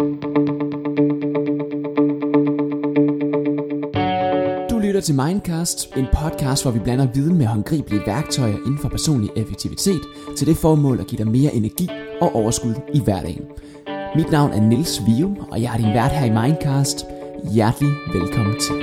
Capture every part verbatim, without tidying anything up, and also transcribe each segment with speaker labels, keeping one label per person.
Speaker 1: Du lytter til Mindcast, en podcast, hvor vi blander viden med håndgribelige værktøjer inden for personlig effektivitet til det formål at give dig mere energi og overskud i hverdagen. Mit navn er Niels Vium, og jeg er din vært her i Mindcast. Hjertelig velkommen til.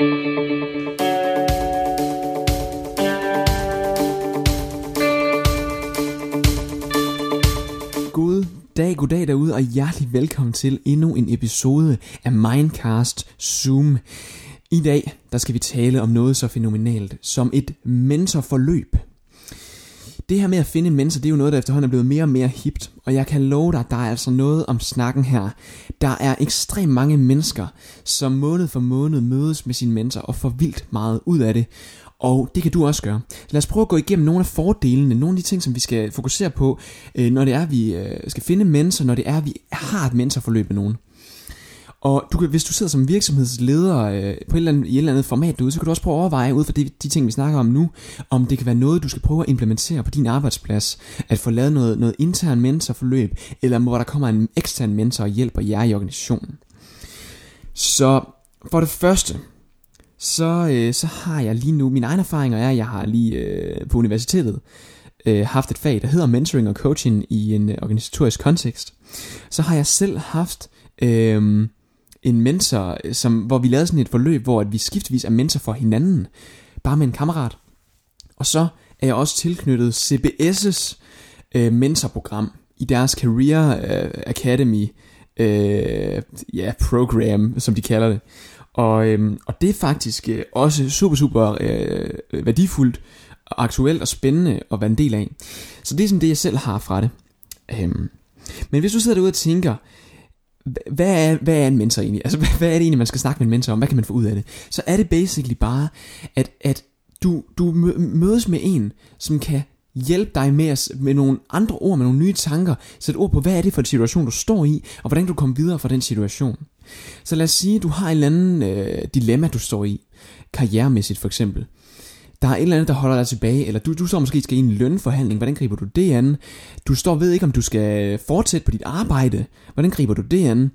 Speaker 1: God dag, god dag derude, og hjertelig velkommen til endnu en episode af Mindcast Zoom. I dag, der skal vi tale om noget så fænomenalt som et mentorforløb. Det her med at finde en mentor, det er jo noget, der efterhånden er blevet mere og mere hipt, og jeg kan love dig, at der er altså noget om snakken her. Der er ekstremt mange mennesker, som måned for måned mødes med sin mentor og får vildt meget ud af det. Og det kan du også gøre. Lad os prøve at gå igennem nogle af fordelene, nogle af de ting, som vi skal fokusere på, når det er, at vi skal finde en mentor, når det er, at vi har et mentorforløb med nogen. Og du kan, hvis du sidder som virksomhedsleder øh, på et eller andet, i et eller andet format derude, så kan du også prøve at overveje, ud fra de, de ting, vi snakker om nu, om det kan være noget, du skal prøve at implementere på din arbejdsplads. At få lavet noget, noget intern mentorforløb, eller hvor der kommer en ekstern mentor og hjælper jer i organisationen. Så for det første, så, øh, så har jeg lige nu, mine egne erfaringer er, at jeg har lige øh, på universitetet øh, haft et fag, der hedder mentoring og coaching i en øh, organisatorisk kontekst. Så har jeg selv haft Øh, en mentor, som, hvor vi lavede sådan et forløb, hvor at vi skiftevis er mentor for hinanden, bare med en kammerat. Og så er jeg også tilknyttet C B S' øh, mentorprogram i deres Career øh, Academy øh, ja, program, som de kalder det. Og, øh, og det er faktisk øh, også super, super øh, værdifuldt, og aktuelt og spændende at være en del af. Så det er sådan det, jeg selv har fra det. Øh, men hvis du sidder derude og tænker, Hvad er, hvad er en mentor egentlig? Altså, hvad er det egentlig, man skal snakke med en mentor om? Hvad kan man få ud af det? Så er det basically bare, at, at du, du mødes med en, som kan hjælpe dig med, at, med nogle andre ord, med nogle nye tanker. Sæt ord på, hvad er det for en situation, du står i, og hvordan du kommer videre fra den situation. Så lad os sige, at du har en eller anden øh, dilemma, du står i. Karrieremæssigt for eksempel. Der er et eller andet, der holder dig tilbage, eller du, du så måske skal i en lønforhandling. Hvordan griber du det an? Du står ved ikke, om du skal fortsætte på dit arbejde. Hvordan griber du det an?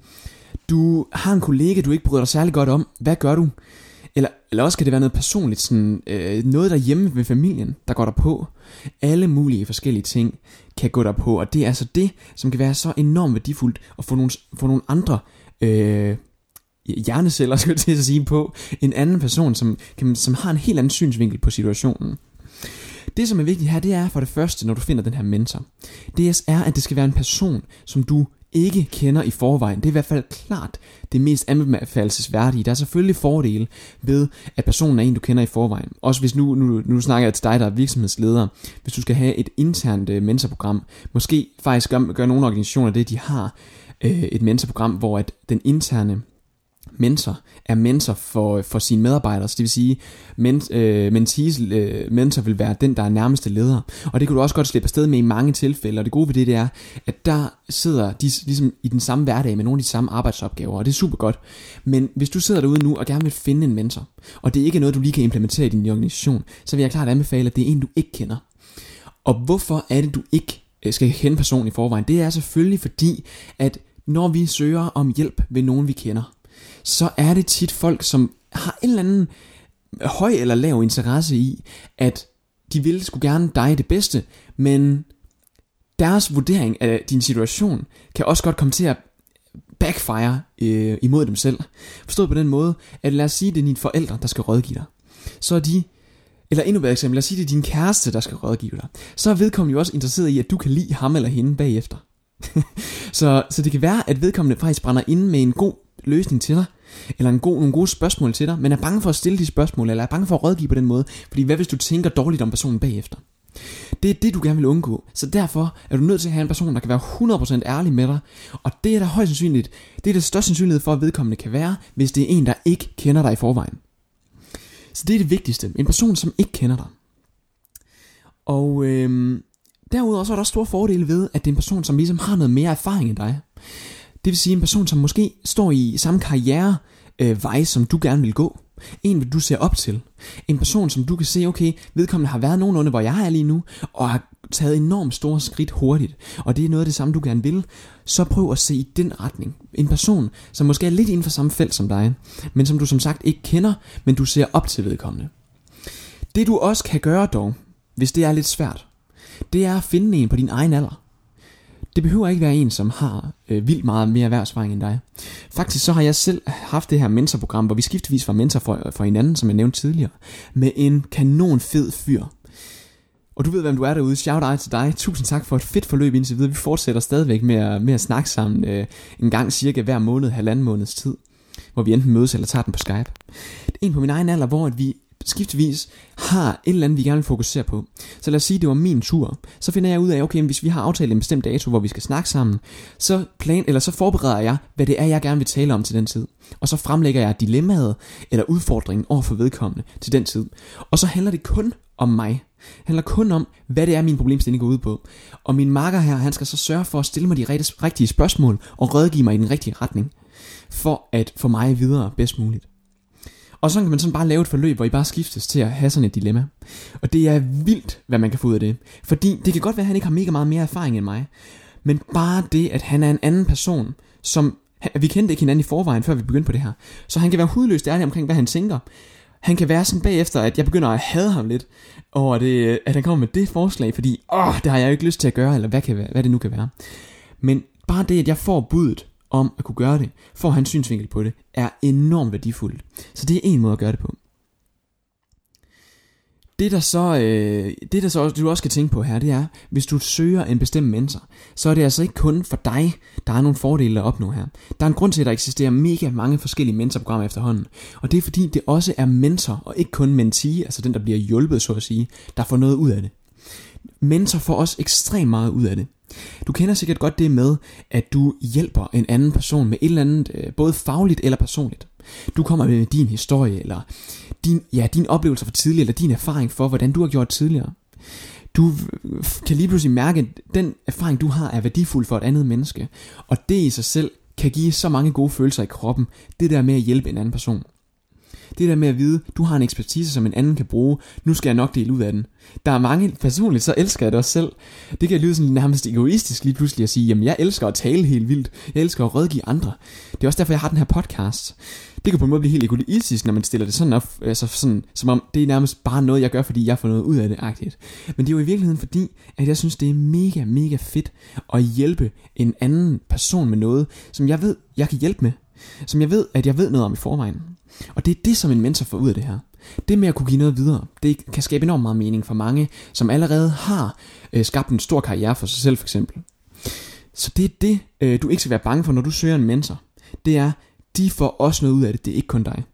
Speaker 1: Du har en kollega, du ikke bryder dig særlig godt om. Hvad gør du? Eller, eller også kan det være noget personligt, sådan, øh, noget derhjemme ved familien, der går der på. Alle mulige forskellige ting kan gå der på, og det er altså det, som kan være så enormt værdifuldt at få nogle, få nogle andre Øh, hjerneceller, skal jeg til at sige, på en anden person, som, kan, som har en helt anden synsvinkel på situationen. Det, som er vigtigt her, det er for det første, når du finder den her mentor, det er, at det skal være en person, som du ikke kender i forvejen. Det er i hvert fald klart det mest anbefalelsesværdige. Der er selvfølgelig fordele ved, at personen er en, du kender i forvejen. Også hvis nu, nu, nu snakker jeg til dig, der er virksomhedsleder. Hvis du skal have et internt uh, mentorprogram, måske faktisk gør, gør nogle organisationer det, de har uh, et mentorprogram, hvor at den interne mentor er mentor for, for sine medarbejdere. Så det vil sige, ment, øh, mentees øh, mentor vil være den, der er nærmeste leder. Og det kan du også godt slippe afsted med i mange tilfælde. Og det gode ved det, det er, at der sidder de ligesom i den samme hverdag med nogle af de samme arbejdsopgaver. Og det er super godt. Men hvis du sidder derude nu og gerne vil finde en mentor, og det er ikke noget, du lige kan implementere i din organisation, så vil jeg klart anbefale, at det er en, du ikke kender. Og hvorfor er det, du ikke skal kende personen i forvejen? Det er selvfølgelig fordi, at når vi søger om hjælp ved nogen, vi kender, så er det tit folk, som har en eller anden høj eller lav interesse i, at de vil sgu gerne dig det bedste, men deres vurdering af din situation kan også godt komme til at backfire øh, imod dem selv. Forstået på den måde, at lad os sige, det er dine forældre, der skal rådgive dig. Så er de, eller endnu bedre eksempel, lad os sige, det er din kæreste, der skal rådgive dig. Så er vedkommende jo også interesseret i, at du kan lide ham eller hende bagefter. så, så det kan være, at vedkommende faktisk brænder inde med en god løsning til dig, eller en god, nogle gode spørgsmål til dig, men er bange for at stille de spørgsmål, eller er bange for at rådgive på den måde, fordi hvad hvis du tænker dårligt om personen bagefter? Det er det, du gerne vil undgå. Så derfor er du nødt til at have en person, der kan være hundrede procent ærlig med dig, og det er der højst sandsynligt, det er det største sandsynlighed for, at vedkommende kan være, hvis det er en, der ikke kender dig i forvejen. Så det er det vigtigste. En person, som ikke kender dig. Og øhm, derudover så er der også store fordele ved, at det er en person, som ligesom har noget mere erfaring end dig. Det vil sige en person, som måske står i samme karriere øh, vej, som du gerne vil gå. En, du ser op til. En person, som du kan se, okay, vedkommende har været nogenlunde, hvor jeg er lige nu, og har taget enormt store skridt hurtigt, og det er noget af det samme, du gerne vil, så prøv at se i den retning. En person, som måske er lidt inden for samme felt som dig, men som du som sagt ikke kender, men du ser op til vedkommende. Det du også kan gøre dog, hvis det er lidt svært, det er at finde en på din egen alder. Det behøver ikke være en, som har øh, vildt meget mere erhvervserfaring end dig. Faktisk så har jeg selv haft det her mentorprogram, hvor vi skiftevis var mentor for, for hinanden, som jeg nævnte tidligere, med en kanon fed fyr. Og du ved, hvem du er derude. Shout out til dig. Tusind tak for et fedt forløb indtil videre. Vi fortsætter stadigvæk med at, med at snakke sammen øh, en gang cirka hver måned, halvanden måneds tid, hvor vi enten mødes eller tager den på Skype. Det er en på min egen alder, hvor vi skiftevis har et eller andet, vi gerne vil fokusere på. Så lad os sige, det var min tur. Så finder jeg ud af, okay, hvis vi har aftalt en bestemt dato, hvor vi skal snakke sammen, så, plan, eller så forbereder jeg, hvad det er, jeg gerne vil tale om til den tid. Og så fremlægger jeg dilemmaet eller udfordringen over for vedkommende til den tid. Og så handler det kun om mig. Det handler kun om, hvad det er, min problemstilling går ud på. Og min makker her, han skal så sørge for at stille mig de rigtige spørgsmål og rådgive mig i den rigtige retning, for at få mig videre bedst muligt. Og så kan man sådan bare lave et forløb, hvor I bare skiftes til at have sådan et dilemma. Og det er vildt, hvad man kan få ud af det. Fordi det kan godt være, at han ikke har mega meget mere erfaring end mig. Men bare det, at han er en anden person, som vi kendte ikke hinanden i forvejen, før vi begyndte på det her. Så han kan være hudløst ærlig omkring, hvad han tænker. Han kan være sådan bagefter, at jeg begynder at hade ham lidt over det, at han kommer med det forslag, fordi åh, det har jeg jo ikke lyst til at gøre, eller hvad, kan være, hvad det nu kan være. Men bare det, at jeg får budet om at kunne gøre det, for hans synsvinkel på det, er enormt værdifuldt. Så det er en måde at gøre det på. Det der så, øh, det der så du også skal tænke på her, det er, hvis du søger en bestemt mentor, så er det altså ikke kun for dig, der er nogle fordele at opnå her. Der er en grund til, at der eksisterer mega mange forskellige mentorprogrammer efterhånden, og det er fordi, det også er mentor, og ikke kun mentee, altså den, der bliver hjulpet, så at sige, der får noget ud af det. Mentor får også ekstremt meget ud af det. Du kender sikkert godt det med, at du hjælper en anden person med et eller andet, både fagligt eller personligt. Du kommer med din historie, eller din, ja, din oplevelse fra tidligere, eller din erfaring for, hvordan du har gjort tidligere. Du kan lige pludselig mærke, at den erfaring, du har, er værdifuld for et andet menneske. Og det i sig selv kan give så mange gode følelser i kroppen, det der med at hjælpe en anden person. Det der med at vide, du har en ekspertise, som en anden kan bruge, nu skal jeg nok dele ud af den. Der er mange, personligt så elsker jeg det også selv. Det kan lyde sådan nærmest egoistisk lige pludselig at sige, jamen jeg elsker at tale helt vildt, jeg elsker at rådgive andre. Det er også derfor, jeg har den her podcast. Det kan på en måde blive helt egoistisk, når man stiller det sådan op, altså sådan, som om det er nærmest bare noget, jeg gør, fordi jeg får noget ud af det, agtigt. Men det er jo i virkeligheden fordi, at jeg synes, det er mega, mega fedt at hjælpe en anden person med noget, som jeg ved, jeg kan hjælpe med. Som jeg ved, at jeg ved noget om i forvejen. Og det er det, som en mentor får ud af det her. Det med at kunne give noget videre, det kan skabe enormt meget mening for mange, som allerede har øh, skabt en stor karriere for sig selv for eksempel. Så det er det, øh, du ikke skal være bange for, når du søger en mentor. Det er, de får også noget ud af det, det er ikke kun dig.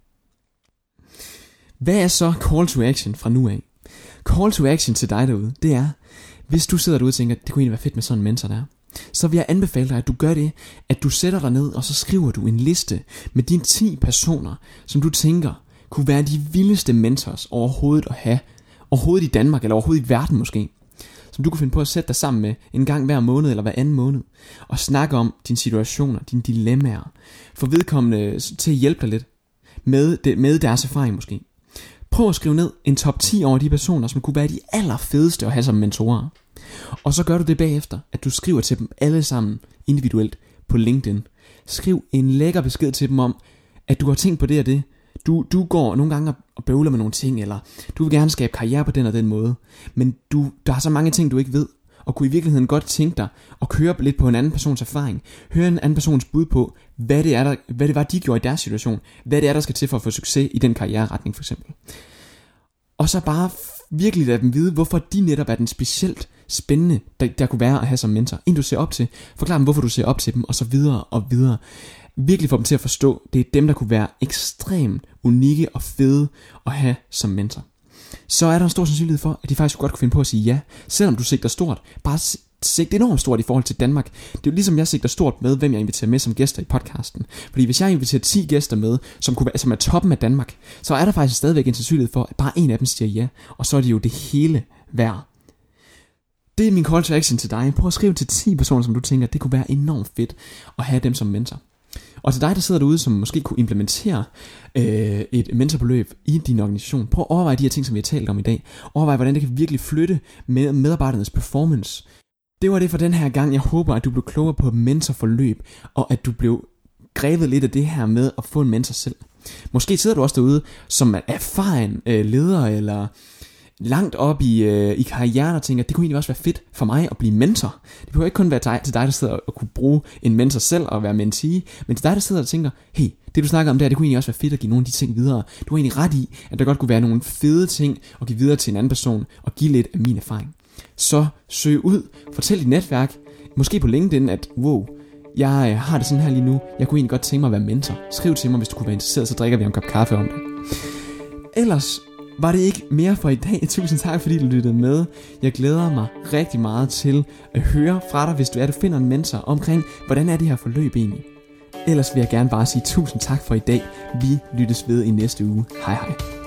Speaker 1: Hvad er så call to action fra nu af? Call to action til dig derude, det er, hvis du sidder derude og tænker, det kunne egentlig være fedt med sådan en mentor der, så vil jeg anbefale dig, at du gør det, at du sætter dig ned, og så skriver du en liste med dine ti personer, som du tænker kunne være de vildeste mentors overhovedet at have, overhovedet i Danmark, eller overhovedet i verden måske, som du kunne finde på at sætte dig sammen med en gang hver måned, eller hver anden måned, og snakke om dine situationer, dine dilemmaer, for vedkommende til at hjælpe dig lidt, med, det, med deres erfaring måske. Prøv at skrive ned en top ti over de personer, som kunne være de allerfedeste at have som mentorer. Og så gør du det bagefter, at du skriver til dem alle sammen individuelt på LinkedIn. Skriv en lækker besked til dem om, at du har tænkt på det og det. Du, du går nogle gange og bøvler med nogle ting, eller du vil gerne skabe karriere på den og den måde. Men du, der er så mange ting, du ikke ved, og kunne i virkeligheden godt tænke dig at køre lidt på en anden persons erfaring. Høre en anden persons bud på, hvad det, er, der, hvad det var, de gjorde i deres situation. Hvad det er, der skal til for at få succes i den karriereretning for eksempel. Og så bare virkelig lade dem vide, hvorfor de netop er den specielt spændende, der, der kunne være at have som mentor. En du ser op til, forklar dem, hvorfor du ser op til dem, og så videre og videre. Virkelig få dem til at forstå, det er dem, der kunne være ekstremt unikke og fede at have som mentor. Så er der en stor sandsynlighed for, at de faktisk godt kunne finde på at sige ja, selvom du sigter stort. Bare sigter enormt stort i forhold til Danmark. Det er jo ligesom jeg sigter stort med, hvem jeg inviterer med som gæster i podcasten. Fordi hvis jeg inviterer ti gæster med, som, kunne være, som er toppen af Danmark, så er der faktisk stadigvæk en sandsynlighed for, at bare en af dem siger ja, og så er det jo det hele værd. Det er min call to action til dig. Prøv at skrive til ti personer, som du tænker, det kunne være enormt fedt at have dem som mentor. Og til dig, der sidder derude, som måske kunne implementere øh, et mentorforløb i din organisation, prøv at overveje de her ting, som vi har talt om i dag. Overvej, hvordan det kan virkelig flytte med medarbejdernes performance. Det var det for den her gang. Jeg håber, at du blev klogere på mentorforløb, og at du blev grebet lidt af det her med at få en mentor selv. Måske sidder du også derude som er erfaren øh, leder, eller langt op i, øh, i karrieren og tænker, at det kunne egentlig også være fedt for mig at blive mentor. Det behøver ikke kun være dig, til dig, der sidder og kunne bruge en mentor selv og være mentee, men til dig, der sidder og tænker, hey, det du snakker om der, det kunne egentlig også være fedt at give nogle af de ting videre. Du har egentlig ret i, at der godt kunne være nogle fede ting at give videre til en anden person og give lidt af min erfaring. Så søg ud, fortæl dit netværk, måske på LinkedIn, at wow, jeg har det sådan her lige nu, jeg kunne egentlig godt tænke mig at være mentor. Skriv til mig, hvis du kunne være interesseret, så drikker vi en kop kaffe om det. Ellers var det ikke mere for i dag. Tusind tak, fordi du lyttede med. Jeg glæder mig rigtig meget til at høre fra dig, hvis du er, du finder en mentor omkring, hvordan er det her forløb egentlig. Ellers vil jeg gerne bare sige tusind tak for i dag. Vi lyttes ved i næste uge. Hej hej.